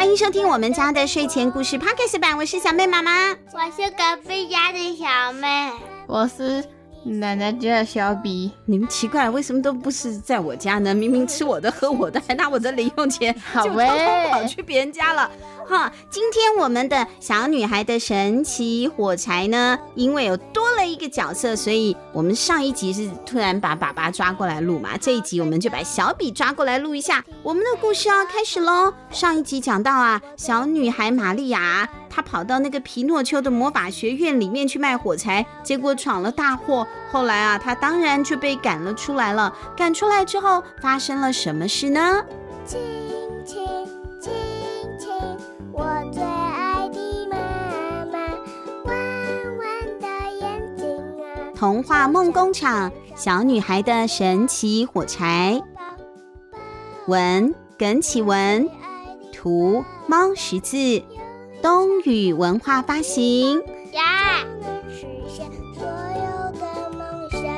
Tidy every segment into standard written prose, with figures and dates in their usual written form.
迎收听我们家的睡前故事 Podcast 版，我是小妹妈妈。 我是隔壁家的小妹。 我是奶奶家的小比。 你们奇怪为什么都不是在我家呢？明明吃我的喝我的，还拿我的零用钱， 好就偷偷跑去别人家了。今天我们的小女孩的神奇火柴呢，因为有多了一个角色，所以我们上一集是突然把爸爸抓过来录嘛，这一集我们就把小比抓过来录一下。我们的故事要开始咯。上一集讲到啊，小女孩玛利亚她跑到那个皮诺丘的魔法学院里面去卖火柴，结果闯了大祸。后来啊，她当然就被赶了出来了。赶出来之后发生了什么事呢？ 亲亲亲亲，我最爱的妈妈，弯弯的眼睛啊。 童话梦工厂，小女孩的神奇火柴。文耿启文，图猫识字，东宇文化发行。 呀，实现所有的梦想。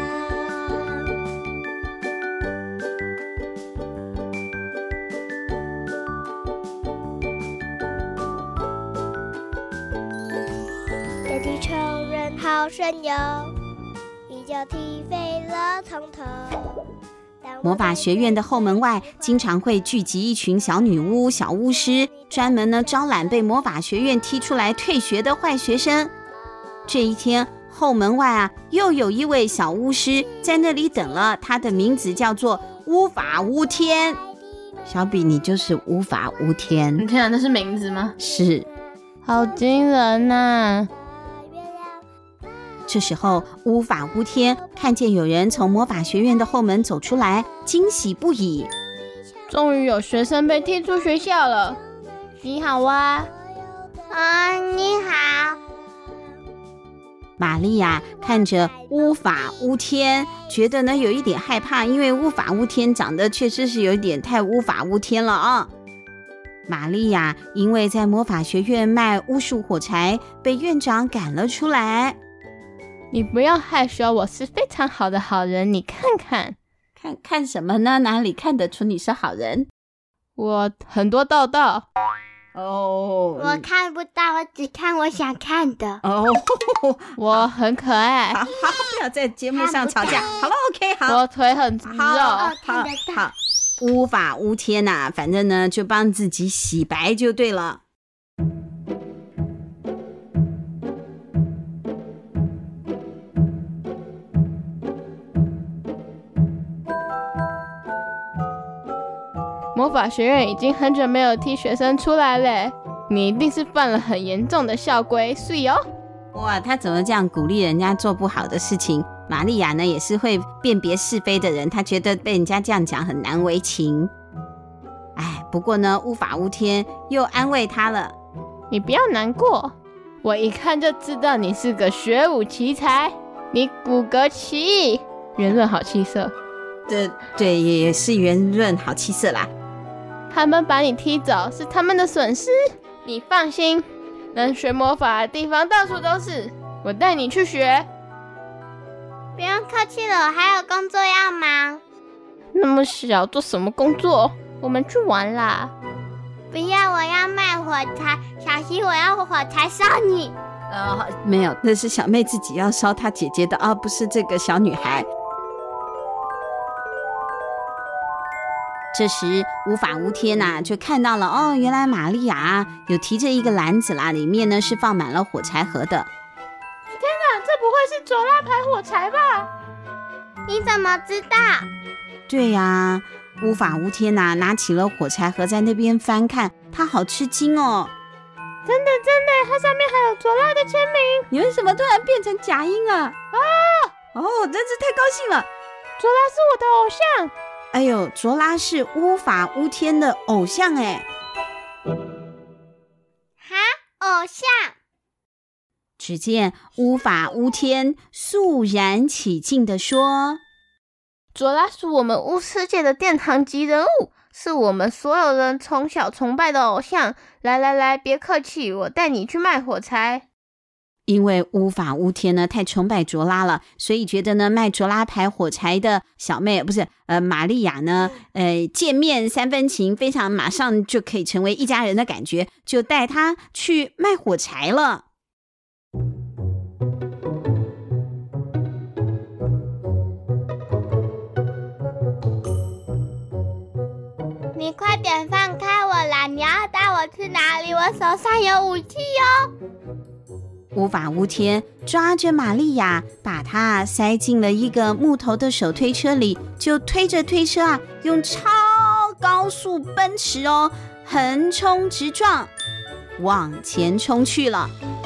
这地球人好神勇，一脚踢飞了从头。 魔法学院的后门外经常会聚集一群小女巫、小巫师，专门呢招揽被魔法学院踢出来退学的坏学生。这一天，后门外啊又有一位小巫师在那里等了，他的名字叫做巫法无天。小比，你就是巫法无天。 你天啊，那是名字吗？ 是。 好惊人啊！ 这时候巫法无天看见有人从魔法学院的后门走出来，惊喜不已。 终于有学生被踢出学校了。你好啊。 你好。 玛利亚看着巫法无天，觉得呢有一点害怕，因为巫法无天长得确实是有一点太巫法无天了啊。玛利亚因为在魔法学院卖巫术火柴，被院长赶了出来。 你不要害羞，我是非常好的好人，你看看。 看什么呢？哪里看得出你是好人？ 我很多痘痘。 我看不到，我只看我想看的。 我很可爱。 好，不要在节目上吵架。好了 OK 好。 我腿很直好，看得到。 巫法无天啊，反正呢就帮自己洗白就对了。 魔法学院已经很久没有踢学生出来嘞，你一定是犯了很严重的校规，是哦。 哇，他怎么这样鼓励人家做不好的事情？玛利亚呢也是会辨别是非的人，他觉得被人家这样讲很难为情。不过呢巫法无天又安慰他了。 你不要难过，我一看就知道你是个学武奇才，你骨骼奇异，圆润好气色。 对，也是圆润好气色啦。 他们把你踢走是他们的损失，你放心，能学魔法的地方到处都是，我带你去学。 不用客气了，我还有工作要忙。 那么小做什么工作？我们去玩啦。 不要，我要卖火柴，小心我要火柴烧你。 没有，那是小妹自己要烧她姐姐的啊，不是这个小女孩。这时无法无天就看到了原来玛利亚有提着一个篮子啦，里面呢是放满了火柴盒的。 天哪，这不会是佐拉牌火柴吧？ 你怎么知道？ 对呀，无法无天拿起了火柴盒在那边翻看，他好吃惊哦。 真的，它上面还有佐拉的签名。 你为什么突然变成假音啊？真是太高兴了。 佐拉是我的偶像。 哎呦，卓拉是无法无天的偶像哎！ 偶像！ 只见无法无天肃然起敬地说：“ 卓拉是我们巫师界的殿堂级人物，是我们所有人从小崇拜的偶像。来，别客气，我带你去卖火柴。” 因为乌法乌天呢太崇拜卓拉了，所以觉得呢卖卓拉牌火柴的小妹不是玛利亚呢见面三分情，非常马上就可以成为一家人的感觉，就带她去卖火柴了。 你快点放开我啦！你要带我去哪里？我手上有武器哦。 乌法乌天抓着玛利亚，把她塞进了一个木头的手推车里，就推着推车啊，用超高速奔驰哦，横冲直撞，往前冲去了。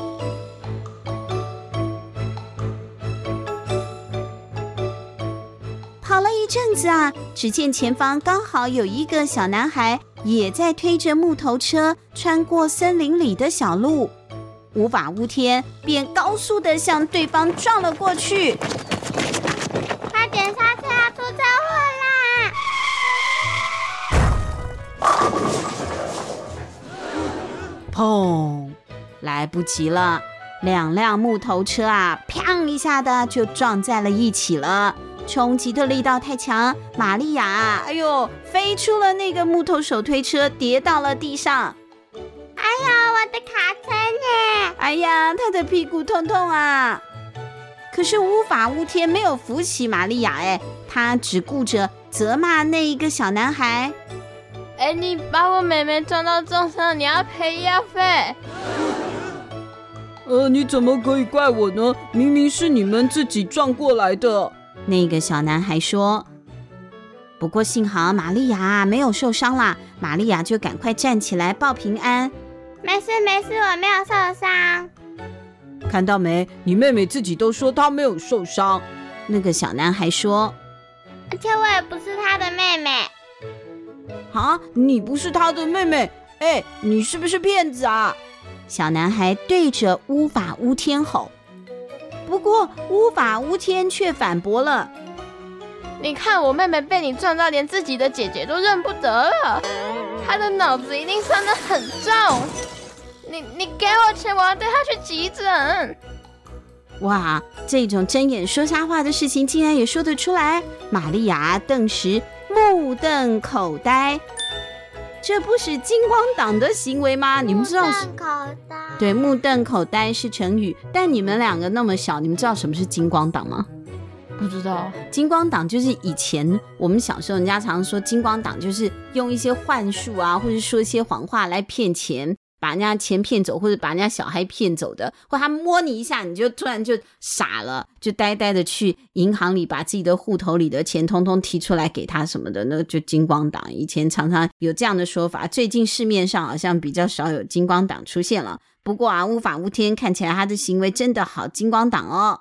跑了一阵子啊，只见前方刚好有一个小男孩也在推着木头车穿过森林里的小路。无法无天便高速的向对方撞了过去。 快点刹车啊！出车祸啦！ 砰！来不及了，两辆木头车啊，砰一下的就撞在了一起了。冲击的力道太强，玛利亚哎呦飞出了那个木头手推车，跌到了地上。 哎呀，我的卡车呢？ 哎呀，她的屁股痛痛啊！可是无法无天没有扶起玛利亚，他只顾着责骂那一个小男孩。 你把我妹妹撞到重伤，你要赔医药费。 你怎么可以怪我呢？明明是你们自己撞过来的。 那个小男孩说。不过幸好玛利亚没有受伤啦，玛利亚就赶快站起来报平安。 没事没事，我没有受伤。 看到没？你妹妹自己都说她没有受伤。 那个小男孩说。 而且我也不是她的妹妹。 啊，你不是她的妹妹？你是不是骗子啊？ 小男孩对着乌法乌天吼。不过乌法乌天却反驳了。 你看我妹妹被你撞到，连自己的姐姐都认不得了，她的脑子一定伤得很重。你给我钱，我要带她去急诊。 哇，这种睁眼说瞎话的事情竟然也说得出来，玛利亚顿时目瞪口呆。这不是金光党的行为吗？你们知道？ 目瞪口呆。 对，目瞪口呆是成语，但你们两个那么小，你们知道什么是金光党吗？ 不知道。 金光党就是以前我们小时候人家常说金光党就是用一些幻术啊，或者说一些谎话来骗钱，把人家钱骗走，或者把人家小孩骗走的，或他摸你一下你就突然就傻了，就呆呆的去银行里把自己的户头里的钱通通提出来给他什么的，那就金光党。以前常常有这样的说法，最近市面上好像比较少有金光党出现了。不过啊，乌法乌天看起来他的行为真的好金光党哦。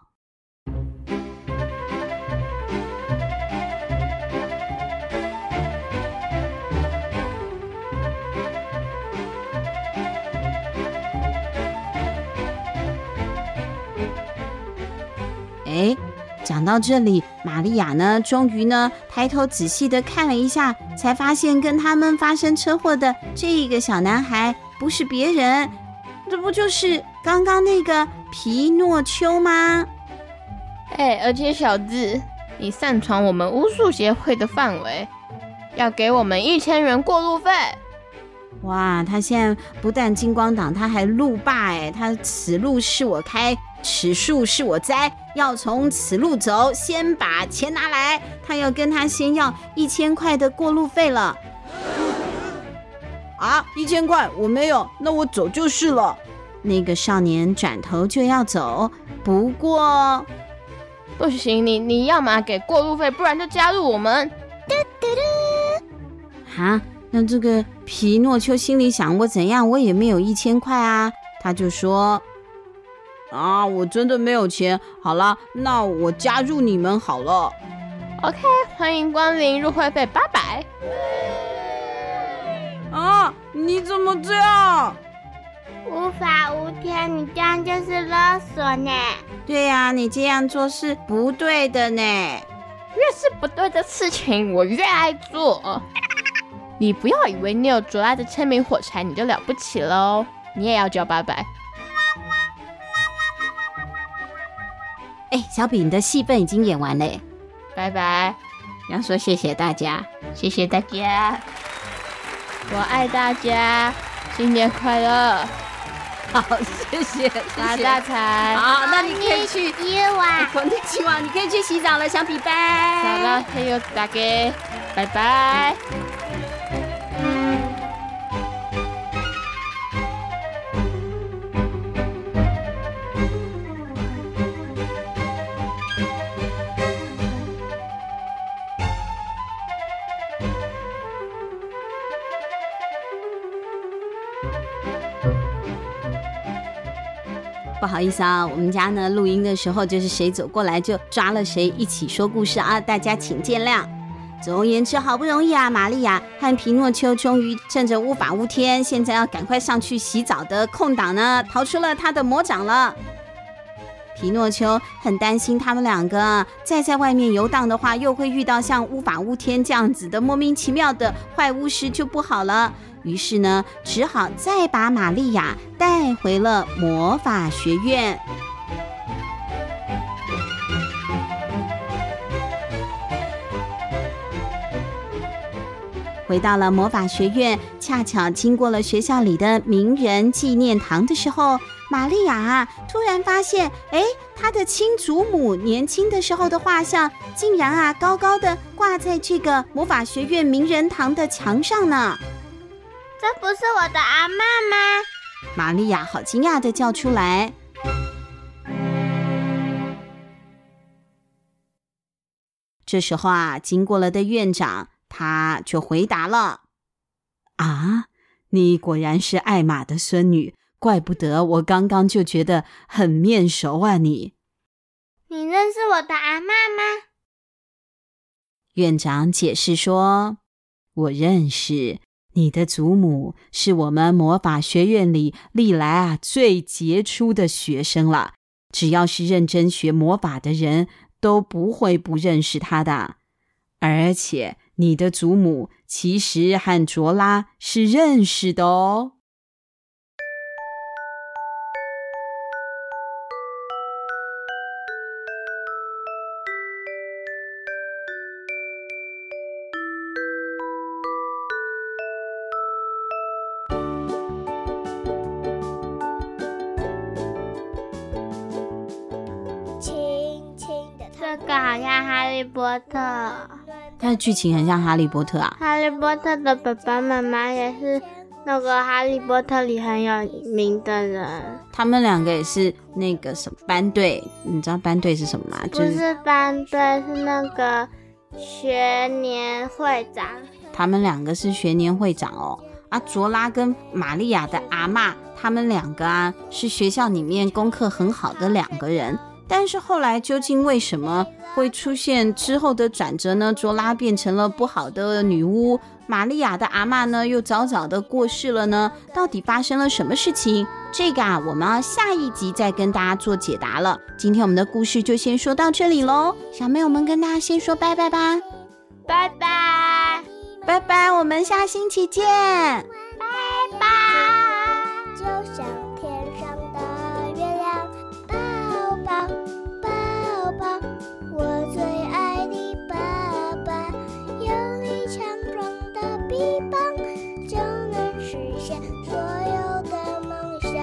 讲到这里，玛利亚呢，终于呢抬头仔细的看了一下，才发现跟他们发生车祸的这个小男孩不是别人，这不就是刚刚那个皮诺丘吗？ 而且小智，你擅闯我们巫术协会的范围，要给我们1000元过路费。 哇，他现在不但金光党，他还路霸他此路是我开，此树是我栽，要从此路走，先把钱拿来。他要跟他先要1000块的过路费了。 啊，1000块我没有，那我走就是了。 那个少年转头就要走，不过不行，你要嘛给过路费，不然就加入我们。 哈，那这个皮诺丘心里想，我怎样我也没有1000块啊。他就说啊，我真的没有钱。好了，那我加入你们好了。 OK， 欢迎光临，入会费800。 啊，你怎么这样？ 无法无天，你这样就是勒索呢。 对呀，你这样做是不对的呢。 越是不对的事情，我越爱做。你不要以为你有卓拉的签名火柴你就了不起了哦，你也要交800。 小比，你的戏份已经演完了耶， 拜拜， 要说谢谢大家。 谢谢大家，我爱大家，新年快乐， 好，谢谢， 发大财。 好，那你可以去こんにちは。 你可以去洗澡了，小比，拜。 好了，还有大家，拜拜。 不好意思啊，我们家呢录音的时候就是谁走过来就抓了谁一起说故事啊，大家请见谅。总而言之，好不容易啊，玛利亚和皮诺丘终于趁着乌法乌天，现在要赶快上去洗澡的空档呢，逃出了他的魔掌了。皮诺丘很担心他们两个再在外面游荡的话，又会遇到像乌法乌天这样子的莫名其妙的坏巫师，就不好了。于是呢，只好再把玛利亚带回了魔法学院。回到了魔法学院，恰巧经过了学校里的名人纪念堂的时候，玛利亚突然发现，她的亲祖母年轻的时候的画像，竟然高高的挂在这个魔法学院名人堂的墙上呢。 这不是我的阿嬷吗？ 玛利亚好惊讶的叫出来。这时候经过了的院长他就回答了：你果然是艾玛的孙女，怪不得我刚刚就觉得很面熟啊你认识我的阿嬷吗？ 院长解释说：我认识，你的祖母是我们魔法学院里历来最杰出的学生了，只要是认真学魔法的人都不会不认识她的。而且你的祖母其实和卓拉是认识的哦。 这个好像哈利波特， 它的剧情很像哈利波特啊。 哈利波特的爸爸妈妈也是那个哈利波特里很有名的人。 他们两个也是那个什么班队，你知道班队是什么吗？ 不是班队，是那个学年会长。 他们两个是学年会长哦。卓拉跟玛利亚的阿嬷，他们两个是学校里面功课很好的两个人。但是后来究竟为什么会出现之后的转折呢？卓拉变成了不好的女巫，玛利亚的阿嬷呢又早早的过世了呢？到底发生了什么事情？这个我们要下一集再跟大家做解答了。今天我们的故事就先说到这里咯，小妹我们跟大家先说拜拜吧。 拜拜拜拜，我们下星期见。 拜拜。就像天上的月亮，抱抱抱抱，我最爱的爸爸，有你强壮的臂膀，就能实现所有的梦想。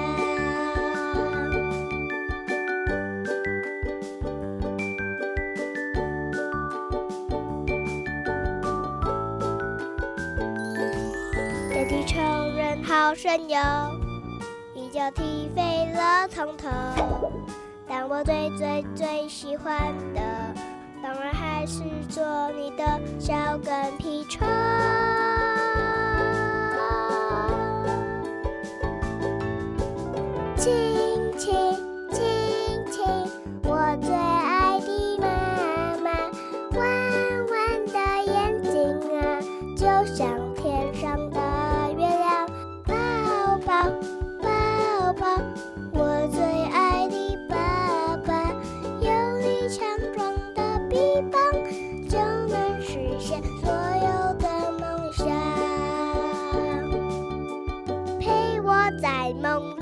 这地球人好神勇，一脚踢飞了从头。但我最最最喜欢的，当然还是做你的小跟屁虫。亲亲亲亲，我最爱的妈妈，弯弯的眼睛啊，就像天上的月亮，抱抱抱抱，我最爱的爸爸，有你强壮的臂膀，就能实现所有的梦想。陪我在梦里